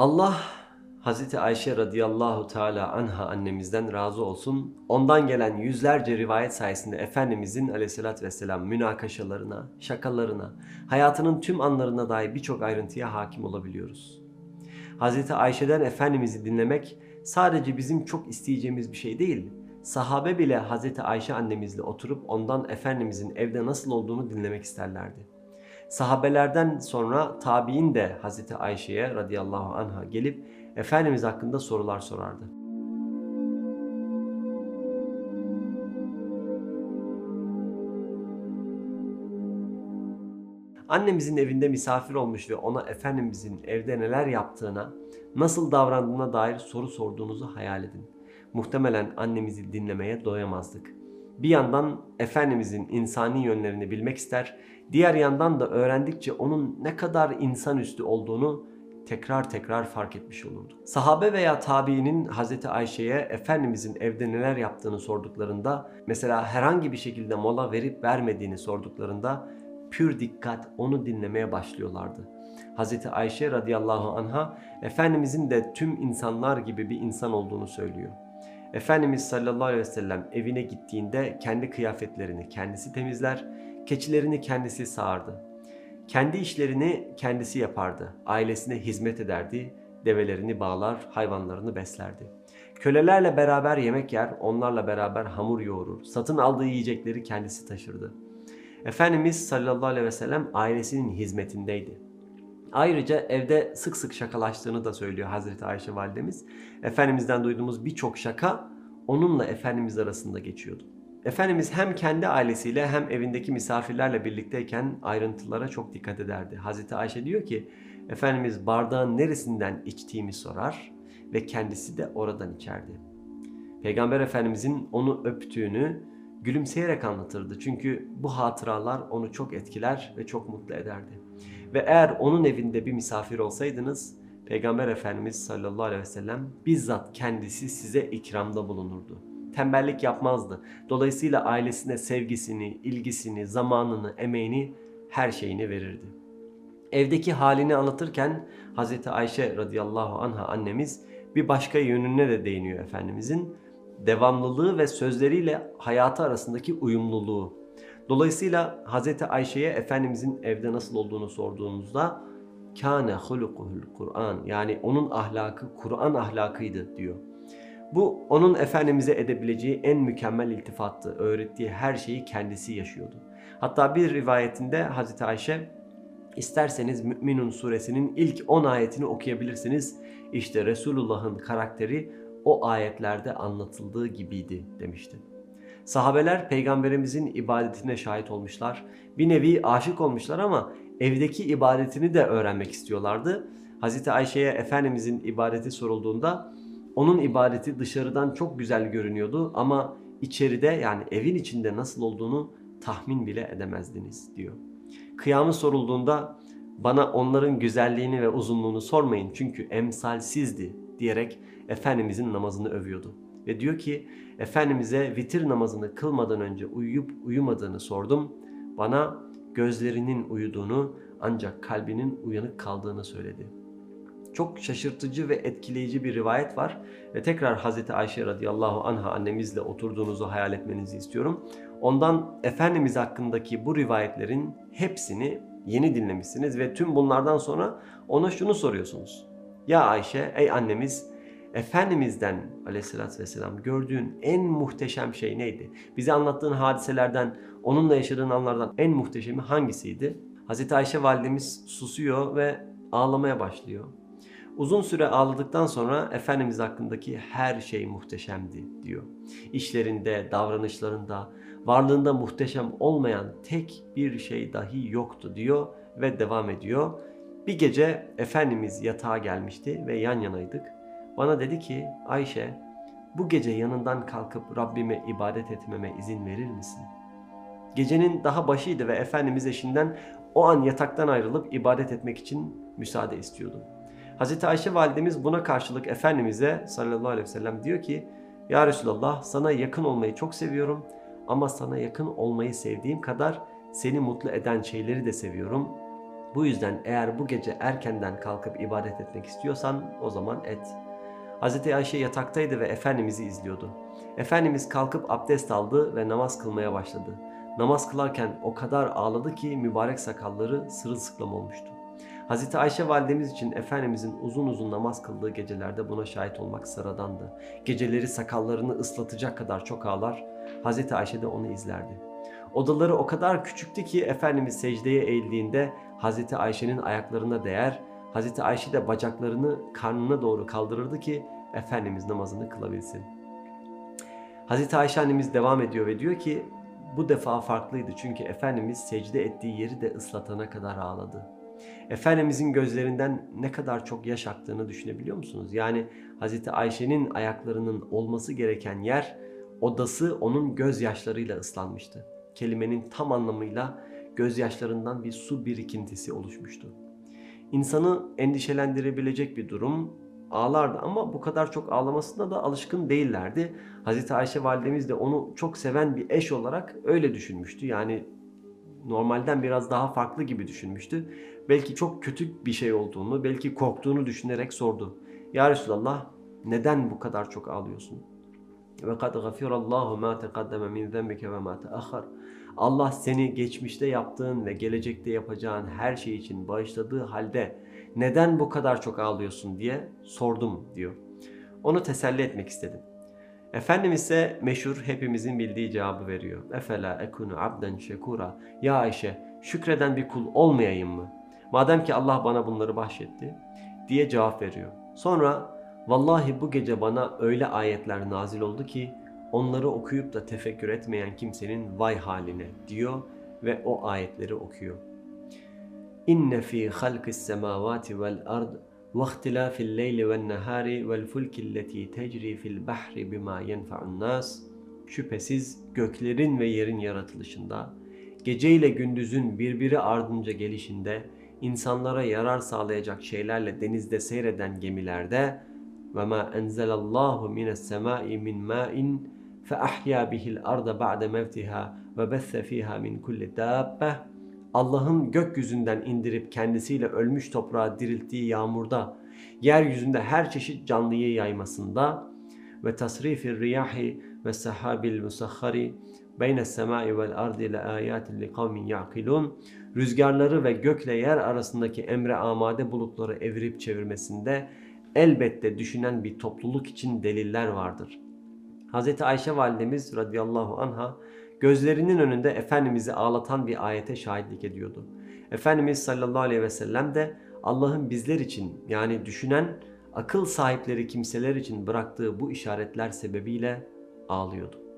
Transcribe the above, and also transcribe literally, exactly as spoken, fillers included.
Allah Hazreti Ayşe radıyallahu teala anha annemizden razı olsun. Ondan gelen yüzlerce rivayet sayesinde Efendimizin aleyhissalatü vesselam münakaşalarına, şakalarına, hayatının tüm anlarına dair birçok ayrıntıya hakim olabiliyoruz. Hazreti Ayşe'den Efendimiz'i dinlemek sadece bizim çok isteyeceğimiz bir şey değil. Sahabe bile Hazreti Ayşe annemizle oturup ondan Efendimizin evde nasıl olduğunu dinlemek isterlerdi. Sahabelerden sonra tabi'in de Hazreti Ayşe'ye radıyallahu anha gelip Efendimiz hakkında sorular sorardı. Annemizin evinde misafir olmuş ve ona Efendimizin evde neler yaptığına, nasıl davrandığına dair soru sorduğunuzu hayal edin. Muhtemelen annemizi dinlemeye doyamazdık. Bir yandan Efendimizin insani yönlerini bilmek ister, diğer yandan da öğrendikçe onun ne kadar insanüstü olduğunu tekrar tekrar fark etmiş olurduk. Sahabe veya tabiinin Hazreti Ayşe'ye Efendimizin evde neler yaptığını sorduklarında, mesela herhangi bir şekilde mola verip vermediğini sorduklarında pür dikkat onu dinlemeye başlıyorlardı. Hazreti Ayşe radıyallahu anha Efendimizin de tüm insanlar gibi bir insan olduğunu söylüyor. Efendimiz sallallahu aleyhi ve sellem evine gittiğinde kendi kıyafetlerini kendisi temizler, keçilerini kendisi sağardı. Kendi işlerini kendisi yapardı. Ailesine hizmet ederdi, develerini bağlar, hayvanlarını beslerdi. Kölelerle beraber yemek yer, onlarla beraber hamur yoğurur. Satın aldığı yiyecekleri kendisi taşırdı. Efendimiz sallallahu aleyhi ve sellem ailesinin hizmetindeydi. Ayrıca evde sık sık şakalaştığını da söylüyor Hazreti Ayşe validemiz. Efendimiz'den duyduğumuz birçok şaka onunla Efendimiz arasında geçiyordu. Efendimiz hem kendi ailesiyle hem evindeki misafirlerle birlikteyken ayrıntılara çok dikkat ederdi. Hazreti Ayşe diyor ki, Efendimiz bardağın neresinden içtiğimi sorar ve kendisi de oradan içerdi. Peygamber Efendimizin onu öptüğünü gülümseyerek anlatırdı. Çünkü bu hatıralar onu çok etkiler ve çok mutlu ederdi. Ve eğer onun evinde bir misafir olsaydınız, Peygamber Efendimiz sallallahu aleyhi ve sellem bizzat kendisi size ikramda bulunurdu. Tembellik yapmazdı. Dolayısıyla ailesine sevgisini, ilgisini, zamanını, emeğini, her şeyini verirdi. Evdeki halini anlatırken Hazreti Ayşe radıyallahu anha annemiz bir başka yönüne de değiniyor Efendimizin. Devamlılığı ve sözleriyle hayatı arasındaki uyumluluğu. Dolayısıyla Hazreti Ayşe'ye Efendimizin evde nasıl olduğunu sorduğunuzda kâne hulukuhul Kur'an, yani onun ahlakı Kur'an ahlakıydı diyor. Bu onun Efendimiz'e edebileceği en mükemmel iltifattı. Öğrettiği her şeyi kendisi yaşıyordu. Hatta bir rivayetinde Hazreti Ayşe, İsterseniz Mü'minun suresinin ilk on ayetini okuyabilirsiniz. İşte Resulullah'ın karakteri o ayetlerde anlatıldığı gibiydi demişti. Sahabeler peygamberimizin ibadetine şahit olmuşlar. Bir nevi aşık olmuşlar ama evdeki ibadetini de öğrenmek istiyorlardı. Hazreti Ayşe'ye Efendimizin ibadeti sorulduğunda onun ibadeti dışarıdan çok güzel görünüyordu ama içeride, yani evin içinde nasıl olduğunu tahmin bile edemezdiniz diyor. Kıyamı sorulduğunda bana onların güzelliğini ve uzunluğunu sormayın çünkü emsalsizdi diyerek Efendimizin namazını övüyordu. Ve diyor ki, Efendimiz'e vitir namazını kılmadan önce uyuyup uyumadığını sordum. Bana gözlerinin uyuduğunu ancak kalbinin uyanık kaldığını söyledi. Çok şaşırtıcı ve etkileyici bir rivayet var. Ve tekrar Hazreti Ayşe radıyallahu anha annemizle oturduğunuzu hayal etmenizi istiyorum. Ondan Efendimiz hakkındaki bu rivayetlerin hepsini yeni dinlemişsiniz ve tüm bunlardan sonra ona şunu soruyorsunuz. Ya Ayşe, ey annemiz, Efendimiz'den aleyhissalatü vesselam gördüğün en muhteşem şey neydi? Bize anlattığın hadiselerden, onunla yaşadığın anlardan en muhteşemi hangisiydi? Hazreti Ayşe validemiz susuyor ve ağlamaya başlıyor. Uzun süre ağladıktan sonra Efendimiz hakkındaki her şey muhteşemdi diyor. İşlerinde, davranışlarında, varlığında muhteşem olmayan tek bir şey dahi yoktu diyor ve devam ediyor. Bir gece Efendimiz yatağa gelmişti ve yan yanaydık. Bana dedi ki, Ayşe, bu gece yanından kalkıp Rabbime ibadet etmeme izin verir misin? Gecenin daha başıydı ve Efendimiz eşinden o an yataktan ayrılıp ibadet etmek için müsaade istiyordu. Hazreti Ayşe validemiz buna karşılık Efendimiz'e sallallahu aleyhi ve sellem diyor ki, Ya Resulallah, sana yakın olmayı çok seviyorum ama sana yakın olmayı sevdiğim kadar seni mutlu eden şeyleri de seviyorum. Bu yüzden eğer bu gece erkenden kalkıp ibadet etmek istiyorsan o zaman et. Hazreti Ayşe yataktaydı ve Efendimiz'i izliyordu. Efendimiz kalkıp abdest aldı ve namaz kılmaya başladı. Namaz kılarken o kadar ağladı ki mübarek sakalları sırılsıklam olmuştu. Hazreti Ayşe validemiz için Efendimizin uzun uzun namaz kıldığı gecelerde buna şahit olmak sıradandı. Geceleri sakallarını ıslatacak kadar çok ağlar, Hazreti Ayşe de onu izlerdi. Odaları o kadar küçüktü ki Efendimiz secdeye eğildiğinde Hazreti Ayşe'nin ayaklarına değer, Hazreti Ayşe de bacaklarını karnına doğru kaldırırdı ki Efendimiz namazını kılabilsin. Hazreti Ayşe annemiz devam ediyor ve diyor ki bu defa farklıydı çünkü Efendimiz secde ettiği yeri de ıslatana kadar ağladı. Efendimizin gözlerinden ne kadar çok yaş aktığını düşünebiliyor musunuz? Yani Hazreti Ayşe'nin ayaklarının olması gereken yer, odası onun gözyaşlarıyla ıslanmıştı. Kelimenin tam anlamıyla gözyaşlarından bir su birikintisi oluşmuştu. İnsanı endişelendirebilecek bir durum, ağlardı ama bu kadar çok ağlamasına da alışkın değillerdi. Hazreti Ayşe validemiz de onu çok seven bir eş olarak öyle düşünmüştü. Yani normalden biraz daha farklı gibi düşünmüştü. Belki çok kötü bir şey olduğunu, belki korktuğunu düşünerek sordu. Ya Resulallah, neden bu kadar çok ağlıyorsun? Ve kad gafirallahu ma taqaddama min zenbike ve ma taahhar. Allah seni geçmişte yaptığın ve gelecekte yapacağın her şey için bağışladığı halde neden bu kadar çok ağlıyorsun diye sordum diyor. Onu teselli etmek istedim. Efendimiz ise meşhur hepimizin bildiği cevabı veriyor. Efela ekunu abden şekura. Ya Ayşe, şükreden bir kul olmayayım mı? Madem ki Allah bana bunları bahşetti diye cevap veriyor. Sonra vallahi bu gece bana öyle ayetler nazil oldu ki onları okuyup da tefekkür etmeyen kimsenin vay haline diyor ve o ayetleri okuyor. İnne fi halqis semavati vel ard ve ihtilafil leyli ven nahari vel fulkilleti tecri fil bahri bima yenfa'un nas. Şüphesiz göklerin ve yerin yaratılışında, gece ile gündüzün birbiri ardınca gelişinde, insanlara yarar sağlayacak şeylerle denizde seyreden gemilerde ve ma enzelallahu mines semai min ma'in fe ahya bihil arda ba'de mevtiha ve besse fiha min kulli dabbe. Allah'ın gökyüzünden indirip kendisiyle ölmüş toprağı dirilttiği yağmurda, yeryüzünde her çeşit canlıyı yaymasında ve tasrifir riyahi ve sahabil musahhari beynes semai vel ardi le ayatin li kavmin ya'kilun. Rüzgarları ve gökle yer arasındaki emre amade bulutları evirip çevirmesinde elbette düşünen bir topluluk için deliller vardır. Hazreti Ayşe validemiz radıyallahu anha gözlerinin önünde Efendimiz'i ağlatan bir ayete şahitlik ediyordu. Efendimiz sallallahu aleyhi ve sellem de Allah'ın bizler için, yani düşünen, akıl sahipleri kimseler için bıraktığı bu işaretler sebebiyle ağlıyordu.